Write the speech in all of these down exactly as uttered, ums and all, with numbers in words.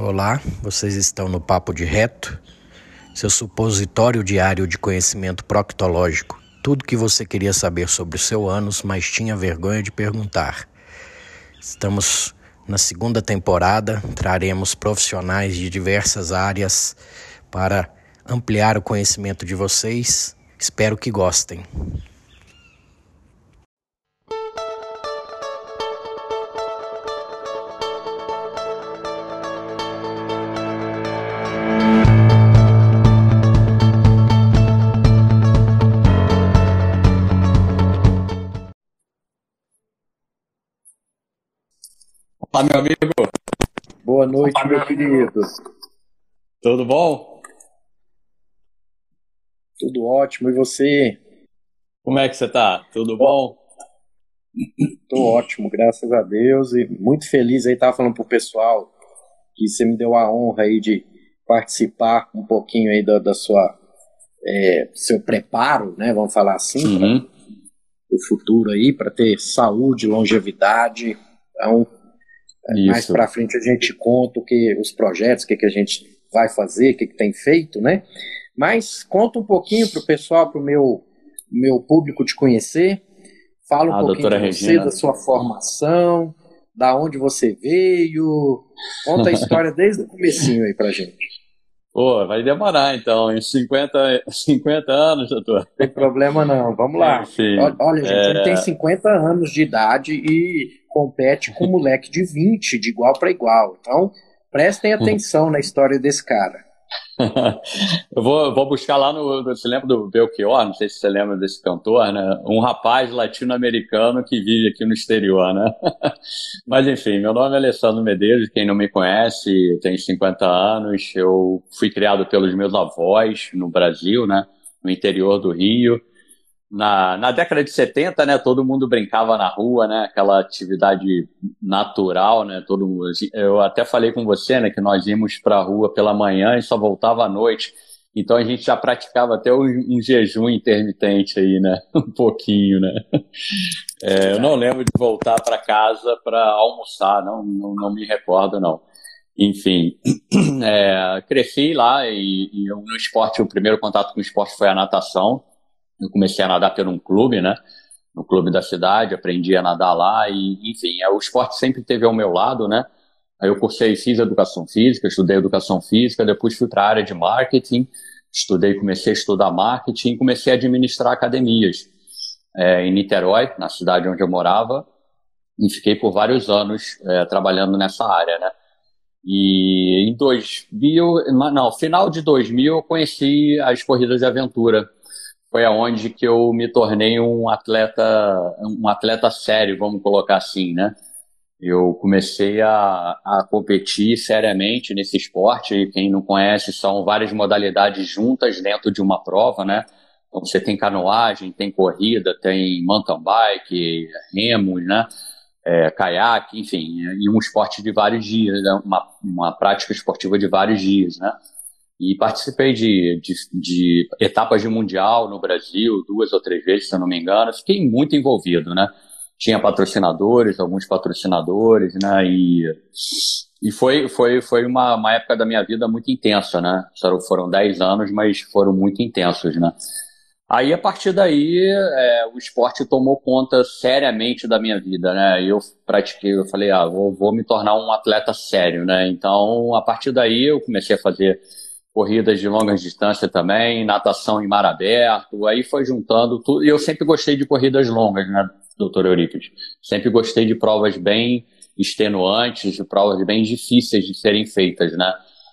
Olá, vocês estão no Papo de Reto, seu supositório diário de conhecimento proctológico. Tudo que você queria saber sobre o seu ânus, mas tinha vergonha de perguntar. Estamos na segunda temporada, traremos profissionais de diversas áreas para ampliar o conhecimento de vocês. Espero que gostem. Olá, meu amigo. Boa noite, meu querido. Tudo bom? Tudo ótimo. E você? Como é que você tá? Tudo bom? Tô ótimo, graças a Deus. E muito feliz aí, tava falando pro pessoal que você me deu a honra aí de participar um pouquinho aí da, da sua é, seu preparo, né? Vamos falar assim, Uhum. para o futuro aí, para ter saúde, longevidade. Então, mais Isso. para frente a gente conta o que, os projetos, o que, que a gente vai fazer, o que, que tem feito, né? Mas conta um pouquinho para o pessoal, para o meu, meu público te conhecer. Fala um A pouquinho doutora de você, Regina. da sua formação, da onde você veio. Conta a história desde o comecinho aí pra gente. Pô, vai demorar então, em cinquenta, cinquenta anos, doutor. Não tem problema não, vamos lá. Enfim, Olha, olha, gente, ele tem é... cinquenta anos de idade e compete com um moleque de vinte, de igual para igual. Então, prestem atenção na história desse cara. eu, vou, eu vou buscar lá no... Você lembra do Belchior? Não sei se você lembra desse cantor, né? Um rapaz latino-americano que vive aqui no exterior, né? Mas enfim, meu nome é Alessandro Medeiros, quem não me conhece, eu tenho cinquenta anos, eu fui criado pelos meus avós no Brasil, né? No interior do Rio. Na, na década de setenta, né, todo mundo brincava na rua, né, aquela atividade natural, né, todo mundo, eu até falei com você, né, que nós íamos para a rua pela manhã e só voltava à noite, então a gente já praticava até um, um jejum intermitente aí, né, um pouquinho, né. É, eu não lembro de voltar para casa para almoçar, não, não, não me recordo, não. Enfim, é, cresci lá e, e eu, no esporte, o primeiro contato com o esporte foi a natação. Eu comecei a nadar por um clube, né? No clube da cidade, aprendi a nadar lá e, enfim, o esporte sempre esteve ao meu lado, né? Aí eu cursei, fiz educação física, estudei educação física, depois fui para a área de marketing, estudei, comecei a estudar marketing e comecei a administrar academias é, em Niterói, na cidade onde eu morava, e fiquei por vários anos é, trabalhando nessa área, né? E em dois mil, não, final de dois mil eu conheci as corridas de aventura. Foi aonde que eu me tornei um atleta, um atleta sério, vamos colocar assim, né? Eu comecei a, a competir seriamente nesse esporte, e quem não conhece, são várias modalidades juntas dentro de uma prova, né? Então você tem canoagem, tem corrida, tem mountain bike, remo, né? É, caiaque, enfim, e um esporte de vários dias, né? uma, uma prática esportiva de vários dias, né? E participei de, de, de etapas de mundial no Brasil, duas ou três vezes, se eu não me engano. Fiquei muito envolvido, né? Tinha patrocinadores, alguns patrocinadores, né? E, e foi, foi, foi uma, uma época da minha vida muito intensa, né? Foram dez anos, mas foram muito intensos, né? Aí, a partir daí, é, o esporte tomou conta seriamente da minha vida, né? Eu pratiquei, eu falei, ah, vou, vou me tornar um atleta sério, né? Então, a partir daí, eu comecei a fazer corridas de longas distâncias também, natação em mar aberto, aí foi juntando tudo. E eu sempre gostei de corridas longas, né, doutor Eurípides? Sempre gostei de provas bem extenuantes, de provas bem difíceis de serem feitas, né?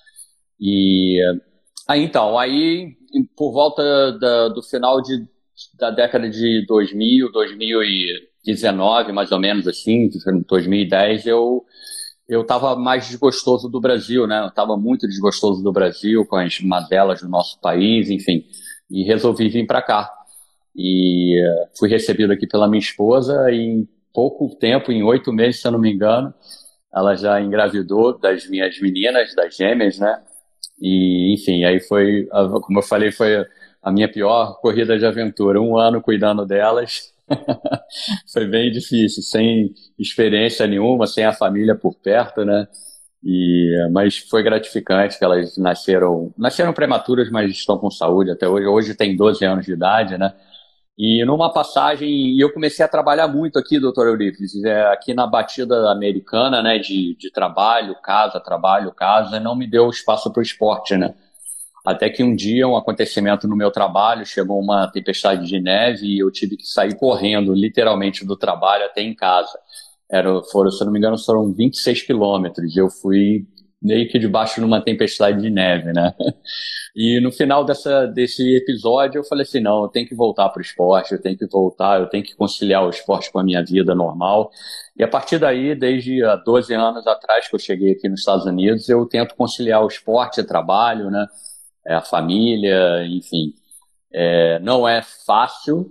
E aí, então, aí por volta da, do final de, da década de dois mil, dois mil e dezenove, mais ou menos assim, dois mil e dez, eu eu estava mais desgostoso do Brasil, né? Eu estava muito desgostoso do Brasil, com as mazelas do nosso país, enfim. E resolvi vir para cá. E uh, fui recebido aqui pela minha esposa e em pouco tempo, em oito meses, se eu não me engano, ela já engravidou das minhas meninas, das gêmeas, né? E, enfim, aí foi, como eu falei, foi a minha pior corrida de aventura. Um ano cuidando delas. Foi bem difícil, sem experiência nenhuma, sem a família por perto, né? E, mas foi gratificante que elas nasceram, nasceram prematuras, mas estão com saúde até hoje. Hoje tem doze anos de idade, né? E numa passagem, eu comecei a trabalhar muito aqui, doutor Eurípides, é, aqui na batida americana, né, de, de trabalho, casa, trabalho, casa, não me deu espaço para o esporte, né? Até que um dia, um acontecimento no meu trabalho, chegou uma tempestade de neve e eu tive que sair correndo, literalmente, do trabalho até em casa. Era, foram, se eu não me engano, foram vinte e seis quilômetros. Eu fui meio que debaixo de uma tempestade de neve, né? E no final dessa, desse episódio eu falei assim, não, eu tenho que voltar para o esporte, eu tenho que voltar, eu tenho que conciliar o esporte com a minha vida normal. E a partir daí, desde há doze anos atrás que eu cheguei aqui nos Estados Unidos, eu tento conciliar o esporte e trabalho, né? É, a família, enfim. É, não é fácil,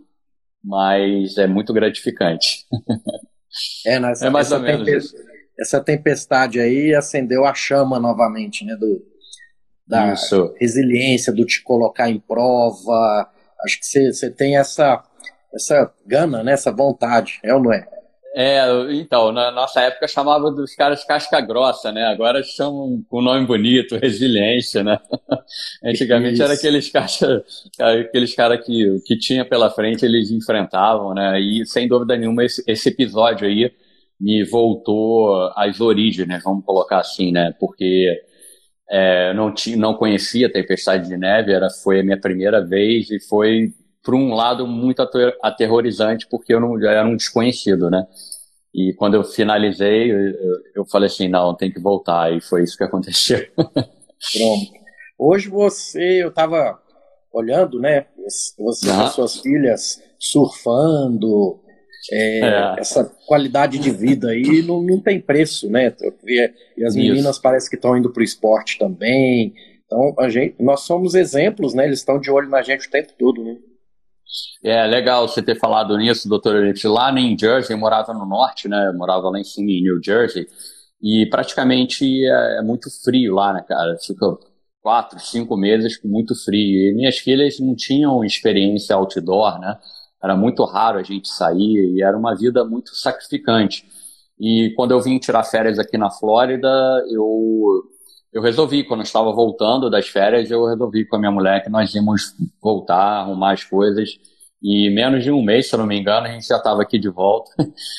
mas é muito gratificante. É, nessa, é mais ou menos isso. Essa tempestade aí acendeu a chama novamente, né, do, da isso. resiliência, do te colocar em prova. Acho que você, você tem essa, essa gana, né, essa vontade, é ou não é? É, então, na nossa época chamava dos caras casca grossa, né? Agora chamam com um nome bonito, resiliência, né? Antigamente Isso. era aqueles caras aqueles cara que, que tinha pela frente, eles enfrentavam, né? E sem dúvida nenhuma esse, esse episódio aí me voltou às origens, né? Vamos colocar assim, né? Porque é, não, tinha, não conhecia a tempestade de neve, era, foi a minha primeira vez e foi... por um lado muito aterrorizante, porque eu não eu era um desconhecido, né? E quando eu finalizei, eu, eu falei assim, não, tem que voltar, e foi isso que aconteceu. Pronto. Hoje você, eu estava olhando, né, você com as suas filhas surfando, é, é. essa qualidade de vida aí não, não tem preço, né? E as meninas isso. parece que estão indo para o esporte também, então a gente, nós somos exemplos, né? Eles estão de olho na gente o tempo todo, né? É legal você ter falado nisso, doutor Eurípides. Lá em Jersey, eu morava no norte, né? Eu morava lá em cima, em New Jersey, e praticamente é, é muito frio lá, né, cara? Fica quatro, cinco meses com muito frio. E minhas filhas não tinham experiência outdoor, né? Era muito raro a gente sair e era uma vida muito sacrificante. E quando eu vim tirar férias aqui na Flórida, eu... Eu resolvi, quando eu estava voltando das férias, eu resolvi com a minha mulher que nós íamos voltar, arrumar as coisas. E menos de um mês, se eu não me engano, a gente já estava aqui de volta.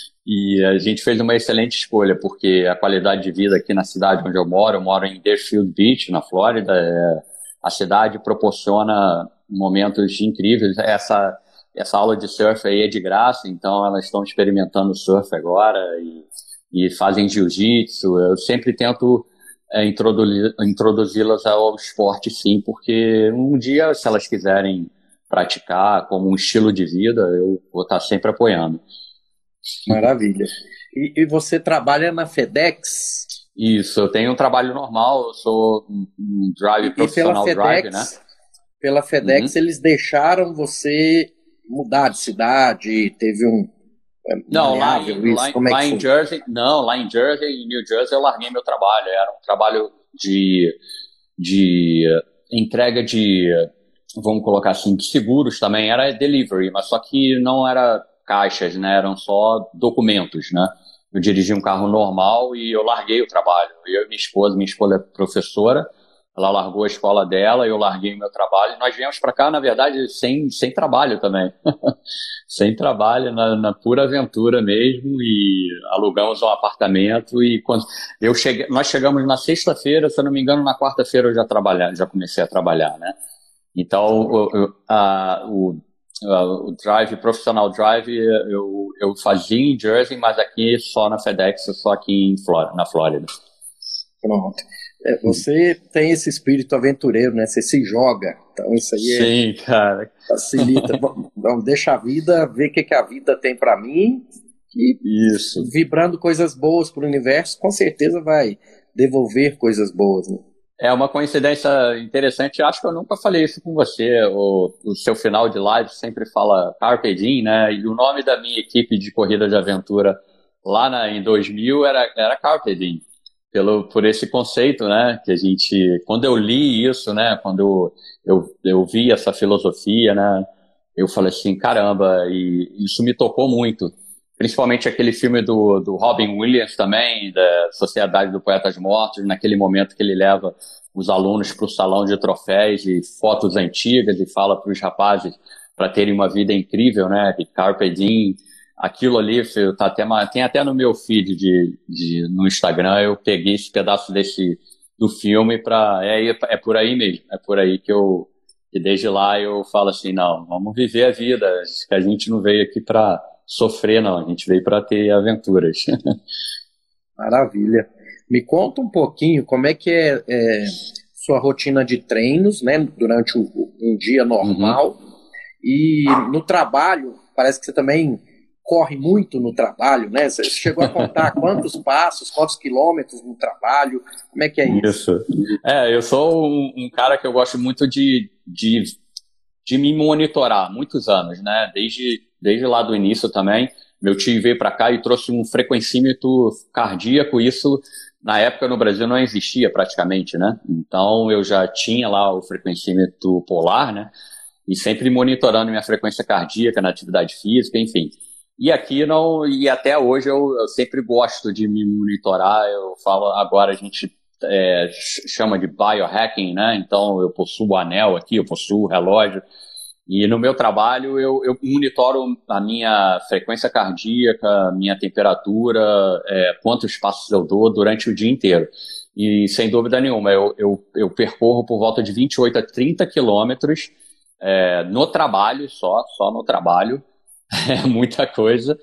E a gente fez uma excelente escolha, porque a qualidade de vida aqui na cidade onde eu moro, eu moro em Deerfield Beach, na Flórida, é, a cidade proporciona momentos incríveis. Essa, essa aula de surf aí é de graça, então elas estão experimentando surf agora e, e fazem jiu-jitsu. Eu sempre tento... É, introduzi-las ao esporte, sim, porque um dia, se elas quiserem praticar como um estilo de vida, eu vou estar sempre apoiando. Maravilha. E, e você trabalha na FedEx? Isso, eu tenho um trabalho normal, eu sou um drive e profissional FedEx, drive, né? Pela FedEx, uhum. eles deixaram você mudar de cidade, teve um Não, lá, em, lá, é lá em Jersey, não, lá em Jersey, em New Jersey, eu larguei meu trabalho. Era um trabalho de, de entrega de, vamos colocar assim, de seguros também. Era delivery, mas só que não era caixas, né? Eram só documentos, né? Eu dirigi um carro normal e eu larguei o trabalho. Eu e minha esposa, minha esposa é professora, ela largou a escola dela, eu larguei o meu trabalho. Nós viemos para cá, na verdade, sem, sem trabalho também. Sem trabalho, na, na pura aventura mesmo, e alugamos um apartamento. E quando eu cheguei, nós chegamos na sexta-feira, se eu não me engano, na quarta-feira eu já, trabalhar, já comecei a trabalhar, né? Então, o, o, a, o, a, o drive, profissional drive, eu, eu fazia em Jersey, mas aqui só na FedEx, só aqui em Flórida, na Flórida. Pronto. É, você hum. tem esse espírito aventureiro, né? Você se joga. Então isso aí é, Sim, cara. Facilita. Vamos, deixa a vida, ver o que, que a vida tem para mim. E isso. Vibrando coisas boas para o universo, com certeza vai devolver coisas boas, né? É uma coincidência interessante. Acho que eu nunca falei isso com você. O, o seu final de live sempre fala Carpe Diem, né? E o nome da minha equipe de corrida de aventura lá na, em dois mil era, era Carpe Diem. Pelo, por esse conceito, né, que a gente, quando eu li isso, né, quando eu, eu, eu vi essa filosofia, né, eu falei assim, caramba, e isso me tocou muito, principalmente aquele filme do, do Robin Williams também, da Sociedade dos Poetas Mortos, naquele momento que ele leva os alunos para o salão de troféus e fotos antigas e fala para os rapazes para terem uma vida incrível, né? De Carpe Diem. Aquilo ali tá até, tem até no meu feed de, de, no Instagram, eu peguei esse pedaço desse, do filme para é, é por aí mesmo, é por aí que eu, que desde lá eu falo assim, não, vamos viver a vida, que a gente não veio aqui para sofrer, não, a gente veio para ter aventuras. Maravilha. Me conta um pouquinho como é que é, é sua rotina de treinos, né, durante um, um dia normal, uhum. E no trabalho, parece que você também corre muito no trabalho, né? Você chegou a contar quantos passos, quantos quilômetros no trabalho, como é que é isso? Isso. É, eu sou um, um cara que eu gosto muito de, de, de me monitorar há muitos anos, né? Desde, desde lá do início também. Meu tio veio para cá e trouxe um frequencímetro cardíaco, isso na época no Brasil não existia praticamente, né? Então eu já tinha lá o frequencímetro polar, né? E sempre monitorando minha frequência cardíaca na atividade física, enfim. E aqui não, e até hoje eu, eu sempre gosto de me monitorar. Eu falo, agora a gente é, chama de biohacking, né? Então eu possuo o anel aqui, eu possuo o relógio. E no meu trabalho eu, eu monitoro a minha frequência cardíaca, minha temperatura, é, quantos passos eu dou durante o dia inteiro. E sem dúvida nenhuma, eu, eu, eu percorro por volta de vinte e oito a trinta quilômetros é, no trabalho só, só no trabalho. É muita coisa.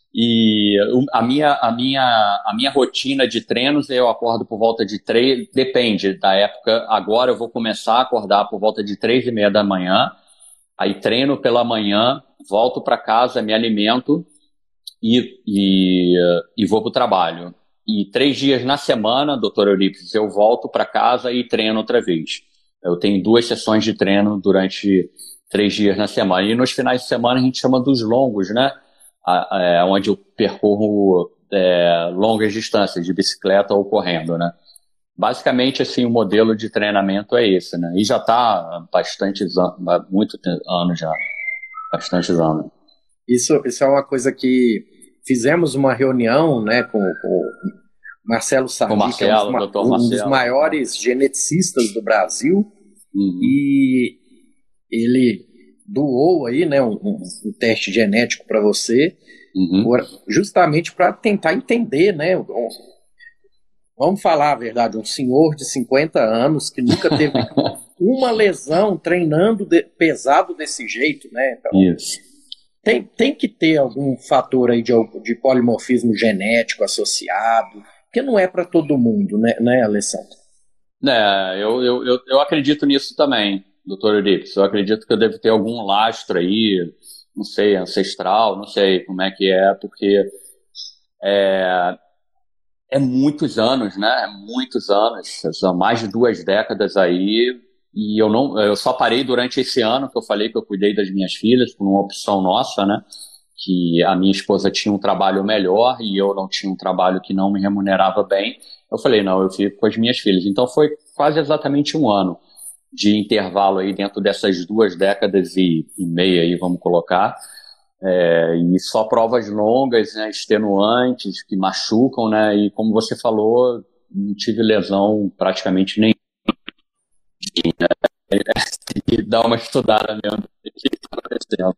E a minha, a, minha, a minha rotina de treinos, eu acordo por volta de três, depende da época. Agora eu vou começar a acordar por volta de três e meia da manhã. Aí treino pela manhã, volto para casa, me alimento e, e, e vou para o trabalho. E três dias na semana, doutor Eurípides, eu volto para casa e treino outra vez. Eu tenho duas sessões de treino durante três dias na semana. E nos finais de semana a gente chama dos longos, né? É, onde eu percorro é, longas distâncias de bicicleta ou correndo, né? Basicamente, assim, o modelo de treinamento é esse, né? E já está há bastantes anos, muitos anos já, bastantes anos. Isso, isso é uma coisa que fizemos uma reunião, né, com o Marcelo Sardi, Marcelo, que é um, doutor um Marcelo, dos maiores geneticistas do Brasil, uhum. E ele doou aí, né, um, um, um teste genético para você, uhum. justamente para tentar entender, né, um, vamos falar a verdade, um senhor de cinquenta anos que nunca teve uma lesão treinando de, pesado desse jeito, né? Então, Isso. Tem, tem que ter algum fator aí de, de polimorfismo genético associado, que não é para todo mundo, né, né, Alessandro? É, eu, eu, eu, eu acredito nisso também, doutor Eurípides. Eu acredito que eu devo ter algum lastro aí, não sei, ancestral, não sei como é que é, porque é, é muitos anos, né? É muitos anos, são mais de duas décadas aí, e eu não, eu só parei durante esse ano que eu falei que eu cuidei das minhas filhas por uma opção nossa, né? Que a minha esposa tinha um trabalho melhor e eu não tinha um trabalho que não me remunerava bem. Eu falei, não, eu fico com as minhas filhas. Então foi quase exatamente um ano de intervalo aí dentro dessas duas décadas e, e meia aí, vamos colocar. É, e só provas longas, né, extenuantes, que machucam, né, e como você falou, não tive lesão praticamente nenhuma. Tem que dar uma estudada mesmo. O que está acontecendo?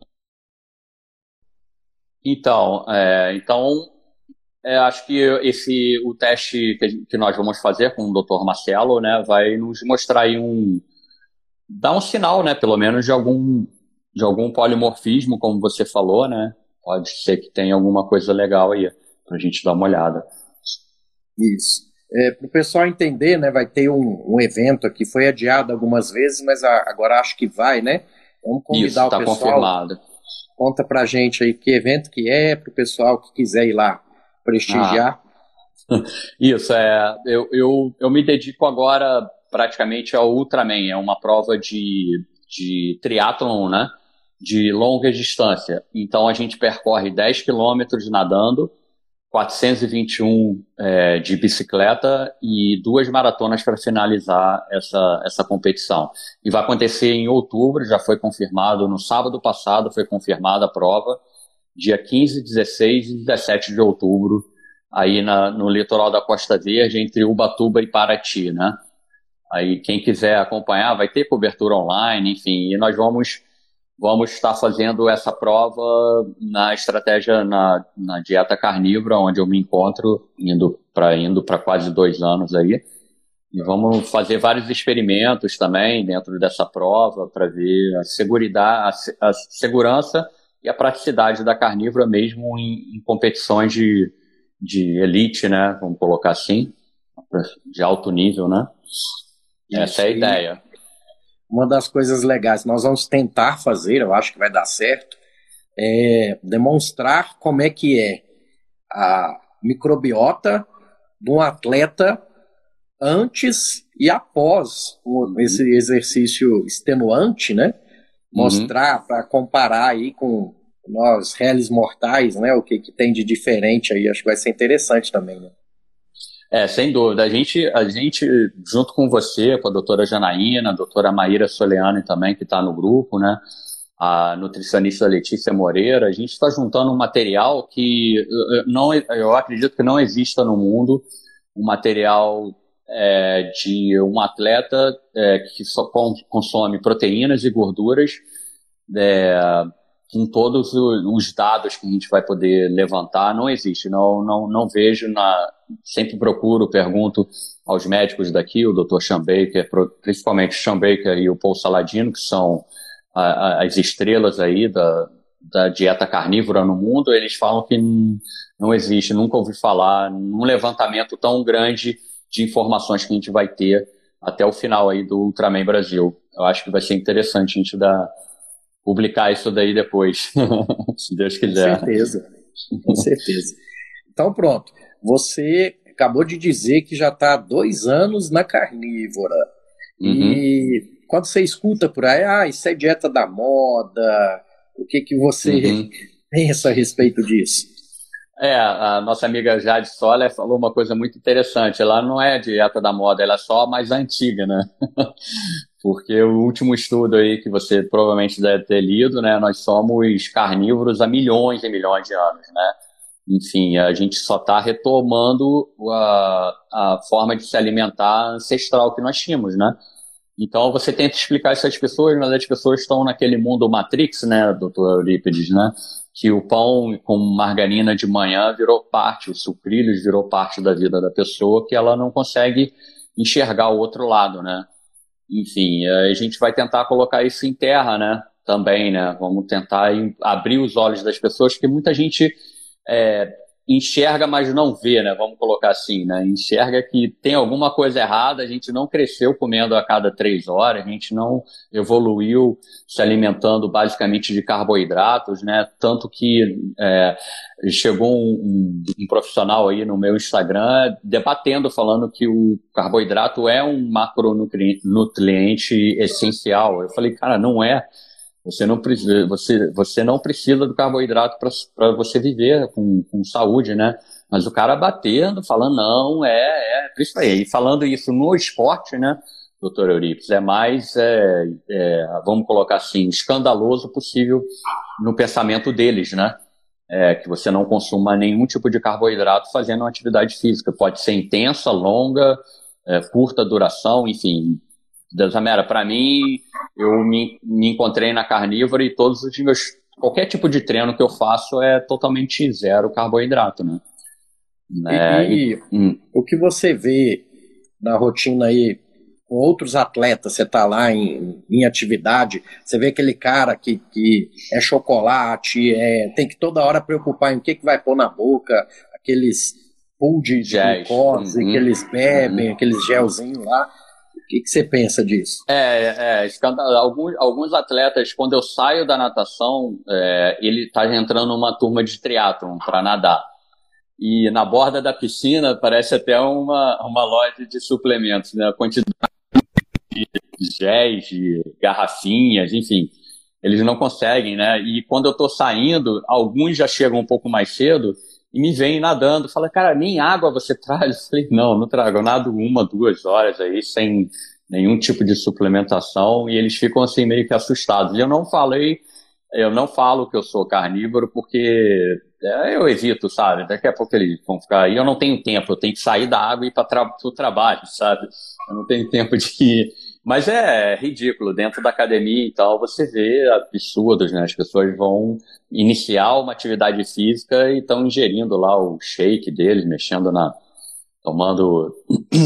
Então, é, então é, acho que esse, o teste que, que nós vamos fazer com o doutor Marcelo, né, vai nos mostrar aí um, dar um sinal, né, pelo menos de algum, de algum polimorfismo, como você falou, né, pode ser que tenha alguma coisa legal aí, pra gente dar uma olhada. Isso. É, para o pessoal entender, né, vai ter um, um evento aqui, foi adiado algumas vezes, mas a, agora acho que vai, né, vamos convidar Isso, tá o pessoal. Confirmado. Conta pra gente aí que evento que é, pro pessoal que quiser ir lá prestigiar. Ah. Isso, é, eu, eu, eu me dedico agora praticamente ao Ultraman, é uma prova de, de triatlon, né, de longa distância. Então a gente percorre dez quilômetros nadando, quatrocentos e vinte e um é, de bicicleta e duas maratonas para finalizar essa, essa competição. E vai acontecer em outubro, já foi confirmado, no sábado passado foi confirmada a prova, dia quinze, dezesseis e dezessete de outubro, aí na, no litoral da Costa Verde, entre Ubatuba e Paraty, né? Aí quem quiser acompanhar vai ter cobertura online, enfim, e nós vamos, vamos estar fazendo essa prova na estratégia, na, na dieta carnívora, onde eu me encontro, indo para indo para quase dois anos aí. E vamos fazer vários experimentos também dentro dessa prova para ver a, seguridade, a, a segurança e a praticidade da carnívora mesmo em, em competições de, de elite, né? Vamos colocar assim, de alto nível, né? Essa é a ideia. Uma das coisas legais, nós vamos tentar fazer, eu acho que vai dar certo, é demonstrar como é que é a microbiota de um atleta antes e após esse exercício extenuante, né? Mostrar, uhum, para comparar aí com nós, réis mortais, né? O que, que tem de diferente aí, acho que vai ser interessante também, né? É, sem dúvida. A gente, a gente, junto com você, com a doutora Janaína, a doutora Maíra Soleani também, que está no grupo, né? A nutricionista Letícia Moreira, a gente está juntando um material que não, eu acredito que não exista no mundo, um material é, de um atleta é, que só consome proteínas e gorduras, é, com todos os dados que a gente vai poder levantar. Não existe, não, não, não vejo, na, sempre procuro, pergunto aos médicos daqui, o doutor Sean Baker, principalmente o Sean Baker e o Paul Saladino, que são a, a, as estrelas aí da, da dieta carnívora no mundo, eles falam que não existe, nunca ouvi falar, num levantamento tão grande de informações que a gente vai ter até o final aí do Ultraman Brasil. Eu acho que vai ser interessante a gente dar... publicar isso daí depois, se Deus quiser. Com certeza, com certeza. Então pronto, você acabou de dizer que já está há dois anos na carnívora, uhum, e quando você escuta por aí, ah, isso é dieta da moda, o que, que você uhum. pensa a respeito disso? É, a nossa amiga Jade Soller falou uma coisa muito interessante, ela não é dieta da moda, ela é só a mais antiga, né? Porque o último estudo aí que você provavelmente deve ter lido, né, nós somos carnívoros há milhões e milhões de anos, né? Enfim, a gente só está retomando a, a forma de se alimentar ancestral que nós tínhamos, né? Então você tenta explicar isso às pessoas, mas as pessoas estão naquele mundo Matrix, né, doutor Eurípides, né? Que o pão com margarina de manhã virou parte, os sucrilhos virou parte da vida da pessoa, que ela não consegue enxergar o outro lado, né? Enfim, a gente vai tentar colocar isso em terra, né? Também, né? Vamos tentar abrir os olhos das pessoas, porque muita gente é, enxerga, mas não vê, né? Vamos colocar assim, né? Enxerga que tem alguma coisa errada, a gente não cresceu comendo a cada três horas, a gente não evoluiu se alimentando basicamente de carboidratos, né? Tanto que é, chegou um, um, um profissional aí no meu Instagram debatendo, falando que o carboidrato é um macronutriente essencial. Eu falei, cara, não é. Você não precisa, você, você não precisa do carboidrato para você viver com, com saúde, né? Mas o cara batendo, falando, não, é, é, isso aí. E falando isso no esporte, né, doutor Eurípides, é mais, é, é, vamos colocar assim, escandaloso possível no pensamento deles, né? É, que você não consuma nenhum tipo de carboidrato fazendo uma atividade física. Pode ser intensa, longa, é, curta duração, enfim. Desamera, para mim, eu me, me encontrei na carnívora e todos os meus, qualquer tipo de treino que eu faço é totalmente zero carboidrato, né? É, e, e hum. o que você vê na rotina aí com outros atletas, você tá lá em, em atividade, você vê aquele cara que, que é chocolate, é, tem que toda hora preocupar em o que, que vai pôr na boca, aqueles pool de glucose uhum. que eles bebem, uhum. aqueles gelzinhos lá. O que, que você pensa disso? É, é escândalo. Alguns, alguns atletas, quando eu saio da natação, é, ele está entrando numa turma de triatlon para nadar. E na borda da piscina parece até uma, uma loja de suplementos, né? A quantidade de géis, de garrafinhas, enfim, eles não conseguem, né? E quando eu estou saindo, alguns já chegam um pouco mais cedo e me vêm nadando, fala, cara, nem água você traz? Eu falei, não, não trago, eu nado uma, duas horas aí, sem nenhum tipo de suplementação, e eles ficam assim meio que assustados. E eu não falei eu não falo que eu sou carnívoro porque é, eu evito, sabe? Daqui a pouco eles vão ficar aí. Eu não tenho tempo, eu tenho que sair da água e ir para tra o trabalho, sabe? Eu não tenho tempo de ir. Mas é ridículo, dentro da academia e tal, você vê absurdos, né? As pessoas vão iniciar uma atividade física e estão ingerindo lá o shake deles, mexendo na. tomando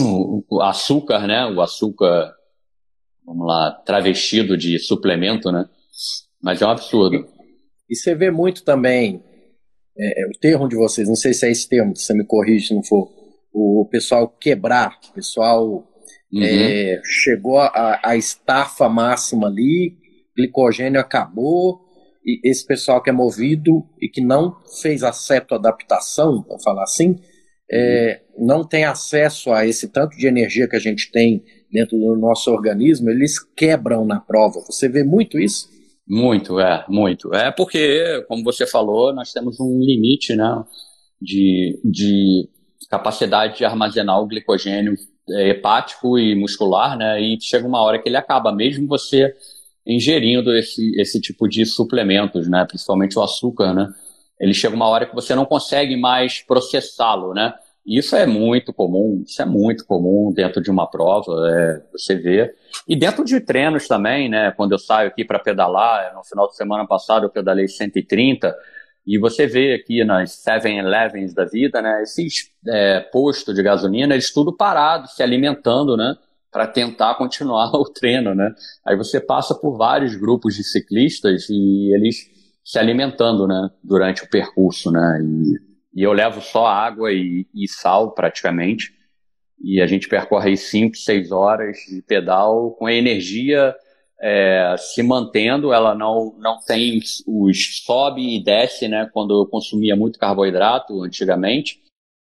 o açúcar, né? O açúcar, vamos lá, travestido de suplemento, né? Mas é um absurdo. E, e você vê muito também, é, o termo de vocês, não sei se é esse termo, você me corrige se não for, o pessoal quebrar, o pessoal uhum. é, chegou a, a estafa máxima ali, glicogênio acabou, e esse pessoal que é movido e que não fez a cetoadaptação, vamos falar assim, é, não tem acesso a esse tanto de energia que a gente tem dentro do nosso organismo, eles quebram na prova. Você vê muito isso? Muito, é, muito. É porque, como você falou, nós temos um limite, né, de, de capacidade de armazenar o glicogênio hepático e muscular, né, e chega uma hora que ele acaba, mesmo você ingerindo esse, esse tipo de suplementos, né, principalmente o açúcar, né, ele chega uma hora que você não consegue mais processá-lo, né, e isso é muito comum, isso é muito comum dentro de uma prova, é, você vê. E dentro de treinos também, né? Quando eu saio aqui para pedalar, no final de semana passado eu pedalei cento e trinta, e você vê aqui nas seven elevens da vida, né? Esses é, postos de gasolina, eles tudo parados, se alimentando, né? Para tentar continuar o treino, né? Aí você passa por vários grupos de ciclistas e eles se alimentando, né? Durante o percurso, né? E, e eu levo só água e, e sal, praticamente. E a gente percorre aí cinco, seis horas de pedal com a energia é, se mantendo, ela não, não tem os sobe e desce, né? Quando eu consumia muito carboidrato antigamente,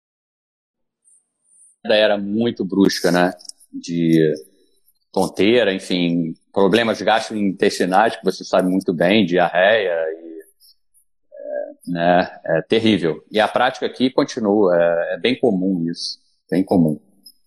era muito brusca, né? De tonteira, enfim, problemas gastrointestinais, que você sabe muito bem, diarreia, e, é, né? É terrível. E a prática aqui continua, é, é bem comum isso, bem comum.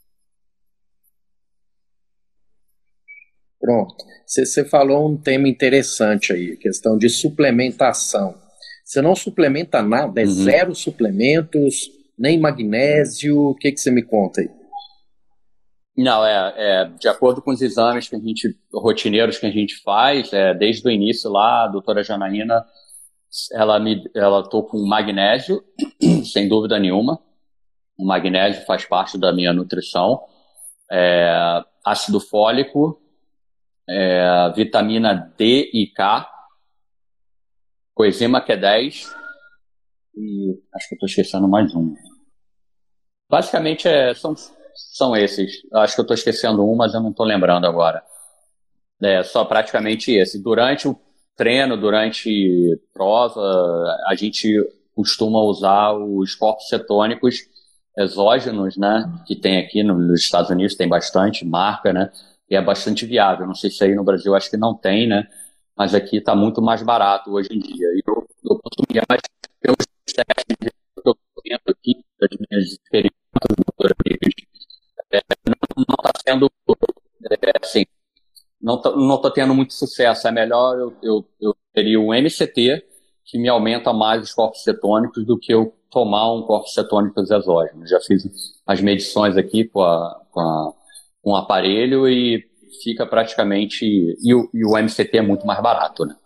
Pronto. Você falou um tema interessante aí, questão de suplementação. Você não suplementa nada, é uhum. zero suplementos, nem magnésio, o que que você me conta aí? Não, é, é de acordo com os exames que a gente, rotineiros que a gente faz, é, desde o início lá, a doutora Janaína, ela me, ela tô com magnésio, sem dúvida nenhuma. O magnésio faz parte da minha nutrição. É, ácido fólico, É, vitamina D e K, coenzima Q dez e acho que eu estou esquecendo mais um. Basicamente é, são, são esses. Acho que eu estou esquecendo um, mas eu não estou lembrando agora. É só praticamente esse. Durante o treino, durante prova, a gente costuma usar os corpos cetônicos exógenos, né? Que tem aqui no, nos Estados Unidos, tem bastante marca, né? E é bastante viável. Não sei se aí no Brasil acho que não tem, né? Mas aqui está muito mais barato hoje em dia. E eu, eu consumia mais pelos testes que eu estou vendo aqui, das minhas experiências, é, não está sendo, é, assim, não estou tendo muito sucesso. É melhor eu, eu, eu teria um M C T que me aumenta mais os corpos cetônicos do que eu tomar um corpo cetônico exógeno. Já fiz as medições aqui com a, com a um aparelho e fica praticamente... E o, e o M C T é muito mais barato, né?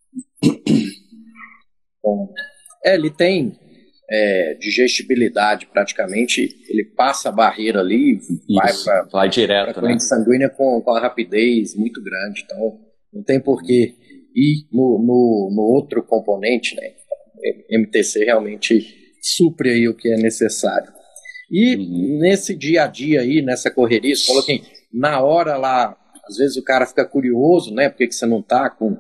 Bom, é, ele tem é, digestibilidade praticamente, ele passa a barreira ali e vai para vai direto, a corrente, né? Sanguínea com, com a rapidez muito grande, então não tem porquê ir no, no, no outro componente, né? M T C realmente supre aí o que é necessário. E uhum. nesse dia a dia aí, nessa correria, você falou que na hora lá, às vezes o cara fica curioso, né? Por que que você não tá com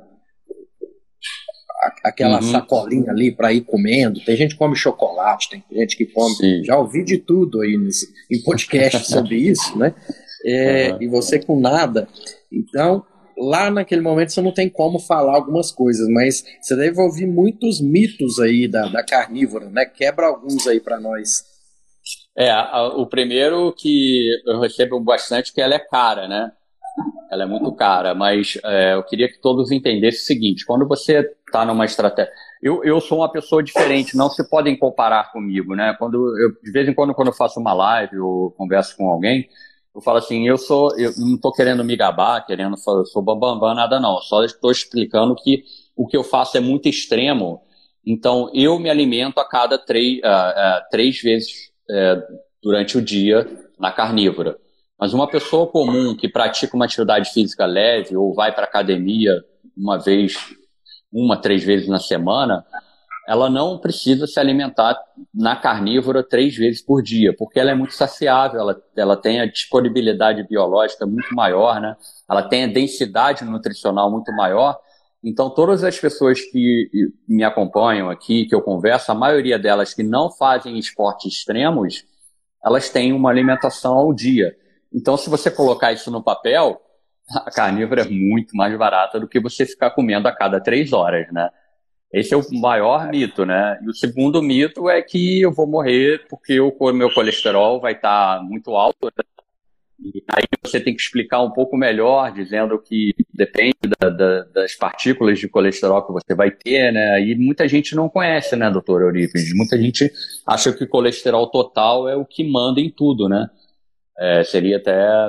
a, aquela uhum. sacolinha ali para ir comendo? Tem gente que come chocolate, tem gente que come... Sim. Já ouvi de tudo aí nesse, em podcast sobre isso, né? É, uhum. E você com nada. Então, lá naquele momento você não tem como falar algumas coisas, mas você deve ouvir muitos mitos aí da, da carnívora, né? Quebra alguns aí para nós. É, a, o primeiro que eu recebo bastante, que ela é cara, né? ela é muito cara, mas é, eu queria que todos entendessem o seguinte, quando você está numa estratégia... Eu, eu sou uma pessoa diferente, não se podem comparar comigo, né? Quando eu, de vez em quando, quando eu faço uma live ou converso com alguém, eu falo assim, eu sou, eu não estou querendo me gabar, querendo falar, eu sou bambambam, nada não, só estou explicando que o que eu faço é muito extremo, então eu me alimento a cada três, uh, uh, três vezes uh, durante o dia na carnívora. Mas uma pessoa comum que pratica uma atividade física leve ou vai para academia uma vez, uma, três vezes na semana, ela não precisa se alimentar na carnívora três vezes por dia, porque ela é muito saciável, ela, ela tem a disponibilidade biológica muito maior, né? Ela tem a densidade nutricional muito maior. Então, todas as pessoas que me acompanham aqui, que eu converso, a maioria delas que não fazem esportes extremos, elas têm uma alimentação ao dia. Então, se você colocar isso no papel, a carnívora é muito mais barata do que você ficar comendo a cada três horas, né? Esse é o maior mito, né? E o segundo mito é que eu vou morrer porque o meu colesterol vai estar muito alto, né? E aí você tem que explicar um pouco melhor, dizendo que depende da, da, das partículas de colesterol que você vai ter, né? E muita gente não conhece, né, doutor Eurípides? Muita gente acha que o colesterol total é o que manda em tudo, né? É, seria até...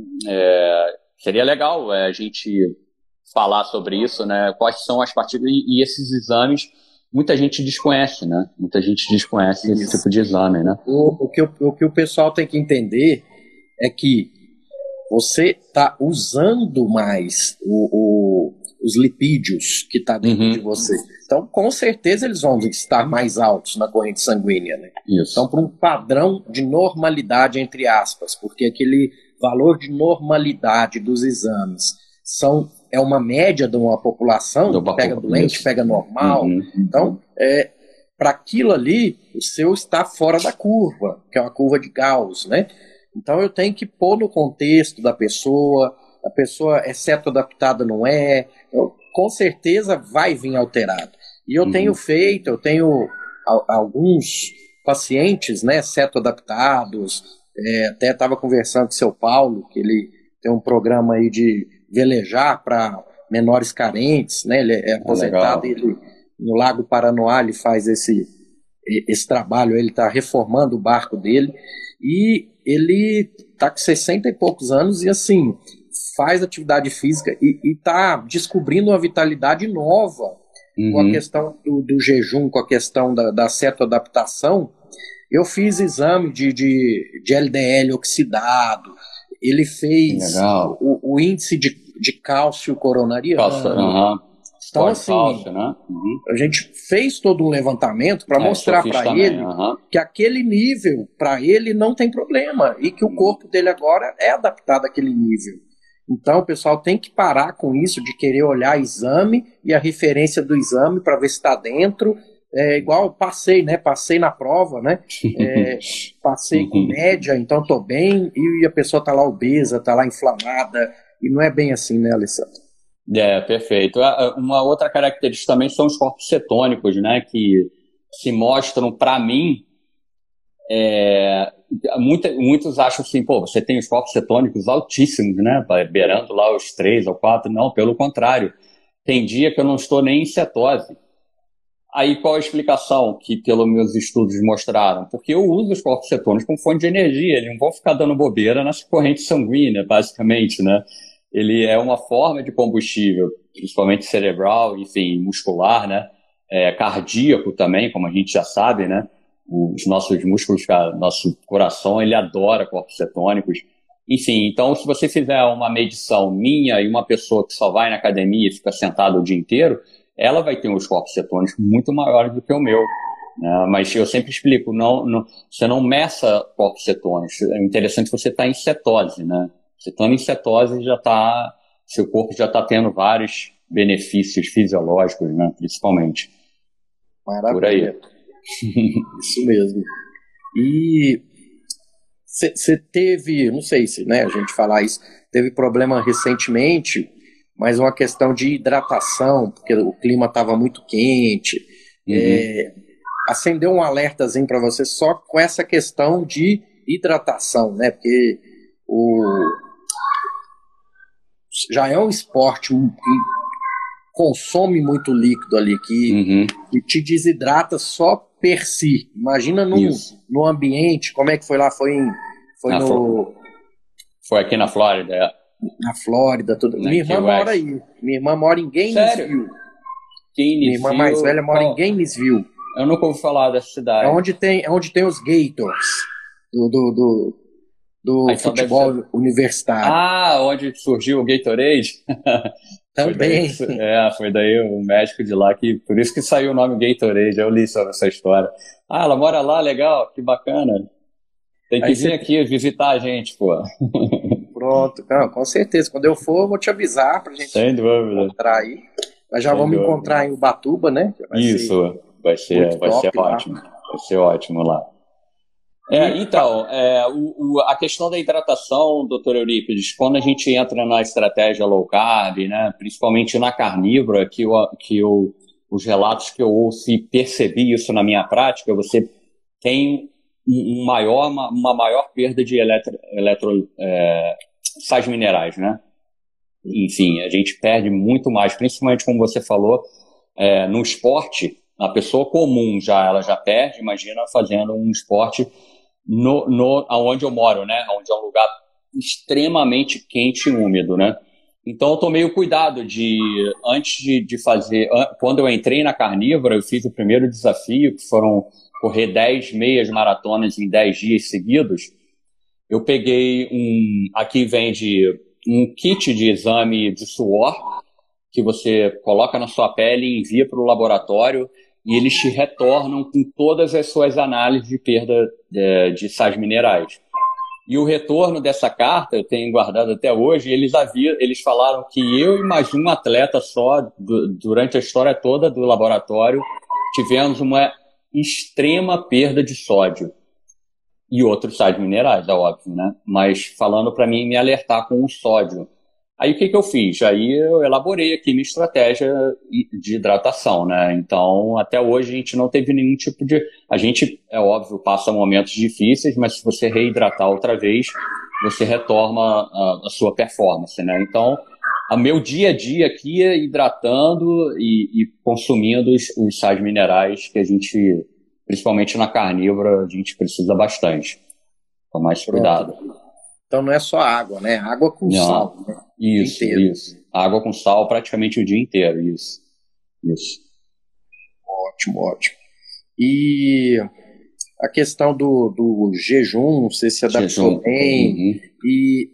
É, seria legal é, a gente falar sobre isso, né? Quais são as partículas e, e esses exames, muita gente desconhece, né? Muita gente desconhece esse tipo de exame, né? O, o, que, o, o que o pessoal tem que entender é que você está usando mais o, o, os lipídios que está dentro uhum. de você. Então, com certeza, eles vão estar mais altos na corrente sanguínea, né? Isso. Então, para um padrão de normalidade, entre aspas, porque aquele valor de normalidade dos exames são, é uma média de uma população, Do que pega doente, isso. pega normal. Uhum. Então, é, para aquilo ali, o seu está fora da curva, que é uma curva de Gauss, né? Então eu tenho que pôr no contexto da pessoa, a pessoa é cetoadaptada, não é, eu, com certeza vai vir alterado. E eu uhum. tenho feito, eu tenho a, alguns pacientes, né, cetoadaptados, é, até estava conversando com o seu Paulo, que ele tem um programa aí de velejar para menores carentes, né, ele é aposentado, ah, ele, no Lago Paranoá ele faz esse, esse trabalho, ele está reformando o barco dele, e ele está com sessenta e poucos anos e assim, faz atividade física e está descobrindo uma vitalidade nova uhum. com a questão do, do jejum, com a questão da, da cetoadaptação. Eu fiz exame de, de, de L D L oxidado, ele fez o, o índice de, de cálcio coronariano. Cálcio, uhum. Então, assim, cálcio, né? uhum. a gente fez todo um levantamento para é, mostrar para ele uhum. que aquele nível, para ele, não tem problema e que o corpo dele agora é adaptado àquele nível. Então, o pessoal tem que parar com isso de querer olhar exame e a referência do exame para ver se está dentro. É igual eu passei, né? Passei na prova, né? É, passei com média, então estou bem, e a pessoa está lá obesa, está lá inflamada, e não é bem assim, né, Alessandro? É, perfeito. Uma outra característica também são os corpos cetônicos, né, que se mostram, para mim, é, muita, muitos acham assim, pô, você tem os corpos cetônicos altíssimos, né, beirando lá os três ou quatro, não, pelo contrário, tem dia que eu não estou nem em cetose. Aí qual a explicação que, pelos meus estudos, mostraram? Porque eu uso os corpos cetônicos como fonte de energia, eles não vão ficar dando bobeira nas correntes sanguíneas, basicamente, né? Ele é uma forma de combustível, principalmente cerebral, enfim, muscular, né? É, cardíaco também, como a gente já sabe, né? Os nossos músculos, nosso coração, ele adora corpos cetônicos. Enfim, então se você fizer uma medição minha e uma pessoa que só vai na academia e fica sentada o dia inteiro, ela vai ter uns corpos cetônicos muito maiores do que o meu. Né? Mas eu sempre explico, não, não, você não meça corpos cetônicos. É interessante você estar em cetose, né? Você estando em cetose, já tá, seu corpo já está tendo vários benefícios fisiológicos, né? Principalmente. Maravilha. Por aí. Isso mesmo. E você teve, não sei se né, a gente falar isso, teve problema recentemente, mas uma questão de hidratação, porque o clima estava muito quente. Uhum. É, acendeu um alertazinho para você só com essa questão de hidratação, né? Porque o já é um esporte que consome muito líquido ali, que, Uhum. que te desidrata só per si. Imagina num, num ambiente, como é que foi lá? Foi, em, foi Na no... Flo- Foi aqui na Flórida, é. na Flórida, tudo. Na Minha irmã Key mora West. aí. Minha irmã mora em Gainesville. Sério? Minha irmã mais velha mora em Gainesville. Eu nunca ouvi falar dessa cidade. É onde tem, é onde tem os Gators do, do, do, do Ah, então futebol deve ser- universitário. Ah, onde surgiu o Gatorade? Também. Foi daí, é, foi daí o médico de lá que. Por isso que saiu o nome Gatorade. Eu li sobre essa história. Ah, ela mora lá, legal, que bacana. Tem que Aí vir você- aqui visitar a gente, pô. Pronto, não, com certeza. Quando eu for, eu vou te avisar pra gente Sem dúvida. encontrar aí. Nós já Sem vamos dúvida. encontrar em Ubatuba, né? Vai ser- Isso, vai ser, muito vai ser top lá. ótimo. Vai ser ótimo lá. É, então, é, o, o- a questão da hidratação, doutor Eurípides, quando a gente entra na estratégia low carb, né, principalmente na carnívora, que, eu, que eu, os relatos que eu ouço e percebi isso na minha prática, você tem um um maior, uma, uma maior perda de eletro, eletro, é, sais minerais, né? Enfim, a gente perde muito mais, principalmente como você falou, é, no esporte, a pessoa comum já, ela já perde, imagina fazendo um esporte no, no, onde eu moro, né? Onde é um lugar extremamente quente e úmido, né? Então eu tomei o cuidado de, antes de, de fazer, an- quando eu entrei na carnívora, eu fiz o primeiro desafio, que foram correr dez meias maratonas em dez dias seguidos. Eu peguei um, aqui vende um kit de exame de suor, que você coloca na sua pele e envia para o laboratório, e eles te retornam com todas as suas análises de perda de, de sais minerais. E o retorno dessa carta, eu tenho guardado até hoje, eles, havia, eles falaram que eu e mais um atleta só, du- durante a história toda do laboratório, tivemos uma extrema perda de sódio. E outros sais minerais, é óbvio, né? Mas falando para mim me alertar com o sódio. Aí o que, que eu fiz? Aí eu elaborei aqui minha estratégia de hidratação, né? Então, até hoje a gente não teve nenhum tipo de... A gente, é óbvio, passa momentos difíceis, mas se você reidratar outra vez, você retorna a, a sua performance, né? Então, o meu dia a dia aqui é hidratando e, e consumindo os, os sais minerais que a gente, principalmente na carnívora, a gente precisa bastante. Tomar mais cuidado. Então não é só água, né? Água com Não. sal. Né? Isso, dia inteiro. isso. Água com sal praticamente o dia inteiro, isso. Isso. Ótimo, ótimo. E a questão do, do jejum, não sei se adaptou Jejum. bem. Uhum. E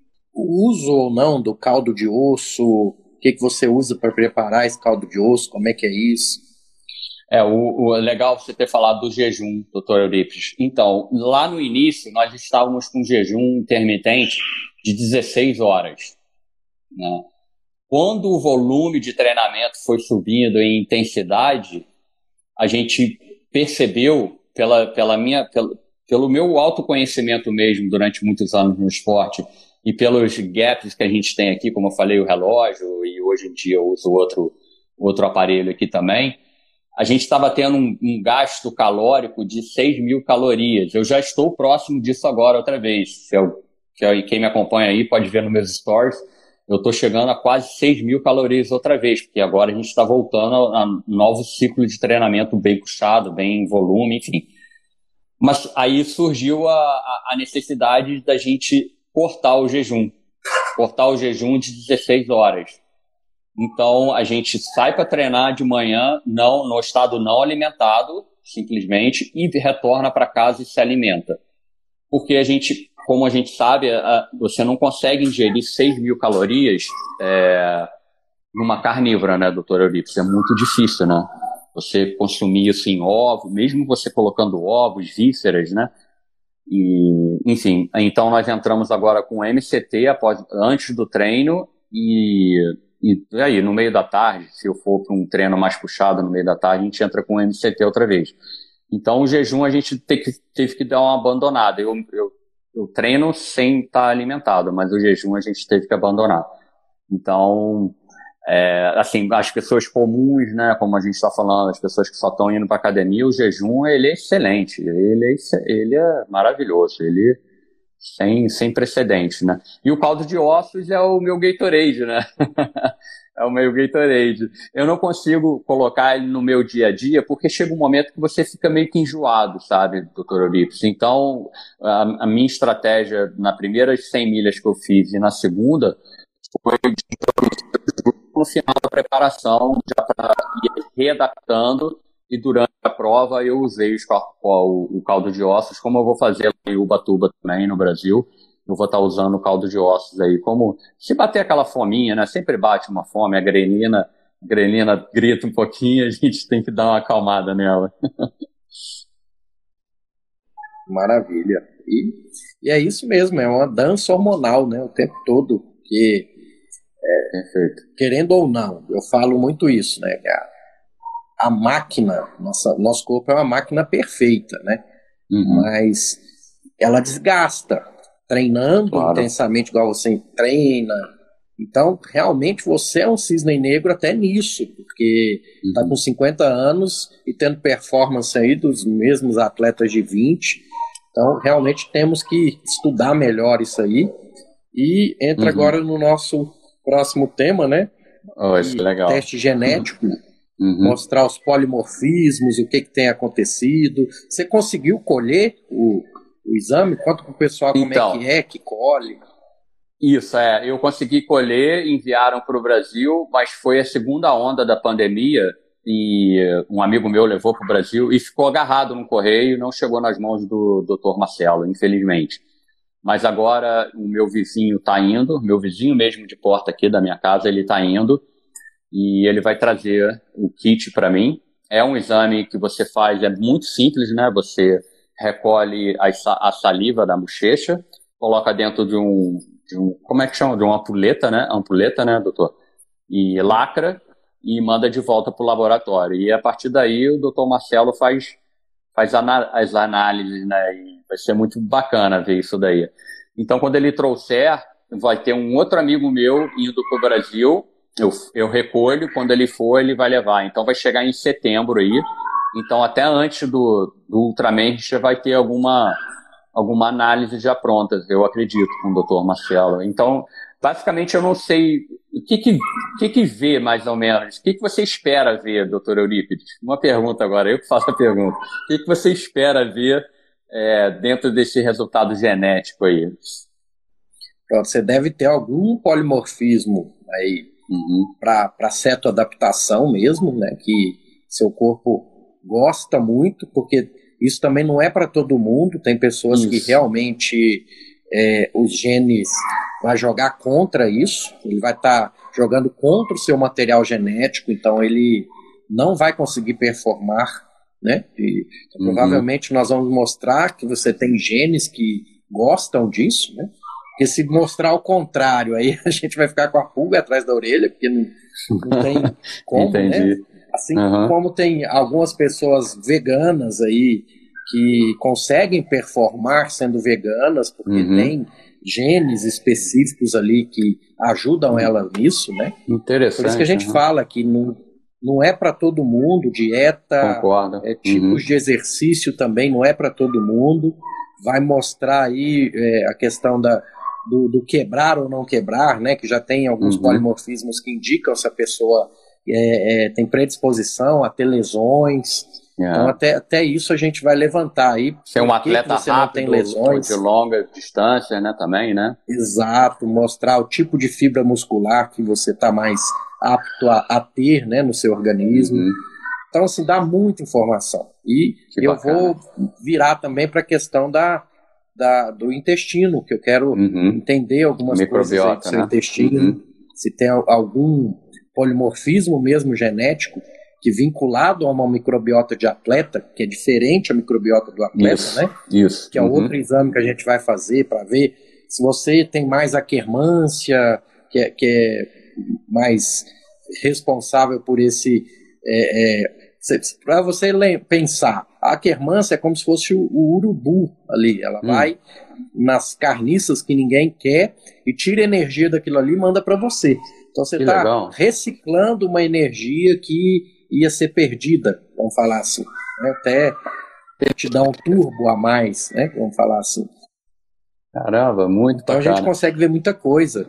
o uso ou não do caldo de osso, o que, que você usa para preparar esse caldo de osso, como é que é isso? É, o, o legal você ter falado do jejum, doutor Eurípides. Então, lá no início, nós estávamos com jejum intermitente de dezesseis horas. Né? Quando o volume de treinamento foi subindo em intensidade, a gente percebeu, pela, pela minha, pelo, pelo meu autoconhecimento mesmo durante muitos anos no esporte e pelos gaps que a gente tem aqui, como eu falei, o relógio, e hoje em dia eu uso outro, outro aparelho aqui também, a gente estava tendo um, um gasto calórico de seis mil calorias. Eu já estou próximo disso agora outra vez. Se eu, que eu, quem me acompanha aí pode ver nos meus stories. Eu estou chegando a quase seis mil calorias outra vez, porque agora a gente está voltando a, a um novo ciclo de treinamento bem puxado, bem em volume, enfim. Mas aí surgiu a, a necessidade da gente cortar o jejum. Cortar o jejum de dezesseis horas. Então, a gente sai para treinar de manhã, não, no estado não alimentado, simplesmente, e retorna para casa e se alimenta. Porque a gente, como a gente sabe, a, você não consegue ingerir seis mil calorias é, numa carnívora, né, doutor Eurípides? É muito difícil, né? Você consumir isso em ovo, mesmo você colocando ovos, vísceras, né? E, enfim, então nós entramos agora com M C T após, antes do treino e... E aí, no meio da tarde, se eu for para um treino mais puxado no meio da tarde, a gente entra com o M C T outra vez. Então, o jejum a gente teve que, teve que dar uma abandonada. Eu, eu, eu treino sem estar alimentado, mas o jejum a gente teve que abandonar. Então, é, assim, as pessoas comuns, né, como a gente está falando, as pessoas que só estão indo para academia, o jejum, ele é excelente, ele é, ele é maravilhoso, ele... sem, sem precedentes, né? E o caldo de ossos é o meu Gatorade, né? É o meu Gatorade. Eu não consigo colocar ele no meu dia a dia, porque chega um momento que você fica meio que enjoado, sabe, doutor Eurípides? Então, a, a minha estratégia nas primeiras cem milhas que eu fiz e na segunda foi no final da preparação, já para ir readaptando, e durante a prova eu usei os, o, o caldo de ossos, como eu vou fazer em Ubatuba também, no Brasil. Eu vou estar usando o caldo de ossos aí, como se bater aquela fominha, né? Sempre bate uma fome, a grenina, a grenina grita um pouquinho, a gente tem que dar uma acalmada nela. Maravilha. E, e é isso mesmo, é uma dança hormonal, né? O tempo todo, que é, Perfeito. Querendo ou não, eu falo muito isso, né? A, a máquina, nossa, nosso corpo é uma máquina perfeita, né? Uhum. Mas ela desgasta. Treinando Claro. intensamente, igual você treina. Então, realmente, você é um cisne negro até nisso, porque está uhum. com cinquenta anos e tendo performance aí dos mesmos atletas de vinte. Então, realmente, temos que estudar melhor isso aí. E entra uhum. agora no nosso próximo tema, né? Oh, isso é legal. Teste genético, uhum. mostrar os polimorfismos, o que, que tem acontecido. Você conseguiu colher o... o exame? Conta para o pessoal como então, é que é, que colhe. Isso, é. Eu consegui colher, enviaram para o Brasil, mas foi a segunda onda da pandemia e um amigo meu levou para o Brasil e ficou agarrado no correio, não chegou nas mãos do doutor Marcelo, infelizmente. Mas agora o meu vizinho está indo, meu vizinho mesmo de porta aqui da minha casa, ele está indo e ele vai trazer o kit para mim. É um exame que você faz, é muito simples, né? Você recolhe a saliva da bochecha, coloca dentro de um, de um, como é que chama? De uma ampulheta, né? Ampulheta, né, doutor? E lacra e manda de volta para o laboratório. E a partir daí o doutor Marcelo faz, faz as análises, né? E vai ser muito bacana ver isso daí. Então, quando ele trouxer, vai ter um outro amigo meu indo para o Brasil, eu, eu recolho, quando ele for, ele vai levar. Então, vai chegar em setembro aí. Então, até antes do, do Ultraman, a gente já vai ter alguma, alguma análise já pronta, eu acredito, com o doutor Marcelo. Então, basicamente, eu não sei o que que, que, que vê, mais ou menos. O que, que você espera ver, doutor Eurípides? Uma pergunta agora, eu que faço a pergunta. O que, que você espera ver é, dentro desse resultado genético aí? Pronto, você deve ter algum polimorfismo aí uhum. para cetoadaptação mesmo, né? Que seu corpo gosta muito, porque isso também não é para todo mundo. Tem pessoas isso. que realmente é, os genes vai jogar contra isso, ele vai estar tá jogando contra o seu material genético, então ele não vai conseguir performar, né? E, então, uhum. provavelmente nós vamos mostrar que você tem genes que gostam disso, né? Porque se mostrar o contrário, aí a gente vai ficar com a pulga atrás da orelha, porque não, não tem como, Entendi. né? Assim uhum. como tem algumas pessoas veganas aí que conseguem performar sendo veganas, porque uhum. tem genes específicos ali que ajudam uhum. ela nisso, né? Interessante. Por isso que a gente uhum. fala que não, não é para todo mundo, dieta, Concordo. É, tipos uhum. de exercício também não é para todo mundo. Vai mostrar aí é, a questão da, do, do quebrar ou não quebrar, né? Que já tem alguns uhum. polimorfismos que indicam se a pessoa É, é, tem predisposição a ter lesões, yeah. então até, até isso a gente vai levantar aí. Ser um atleta você rápido, não tem lesões. De longa distância, né, também, né? Exato, mostrar o tipo de fibra muscular que você está mais apto a, a ter, né, no seu organismo. Uhum. Então, assim, dá muita informação. E que eu bacana. Vou virar também para a questão da, da, do intestino, que eu quero uhum. entender algumas coisas aí do seu né? intestino, uhum. se tem algum polimorfismo mesmo genético, que vinculado a uma microbiota de atleta, que é diferente a microbiota do atleta, isso, né? Isso. Que é uhum. outro exame que a gente vai fazer para ver se você tem mais aquermância, que é, que é mais responsável por esse... É, é, para você pensar, a aquermância é como se fosse o, o urubu ali, ela hum. vai nas carniças que ninguém quer e tira energia daquilo ali e manda para você. Então você está reciclando uma energia que ia ser perdida, vamos falar assim, né? Até te dar um turbo a mais, né? Vamos falar assim. Caramba, muito Então bacana. a gente consegue ver muita coisa.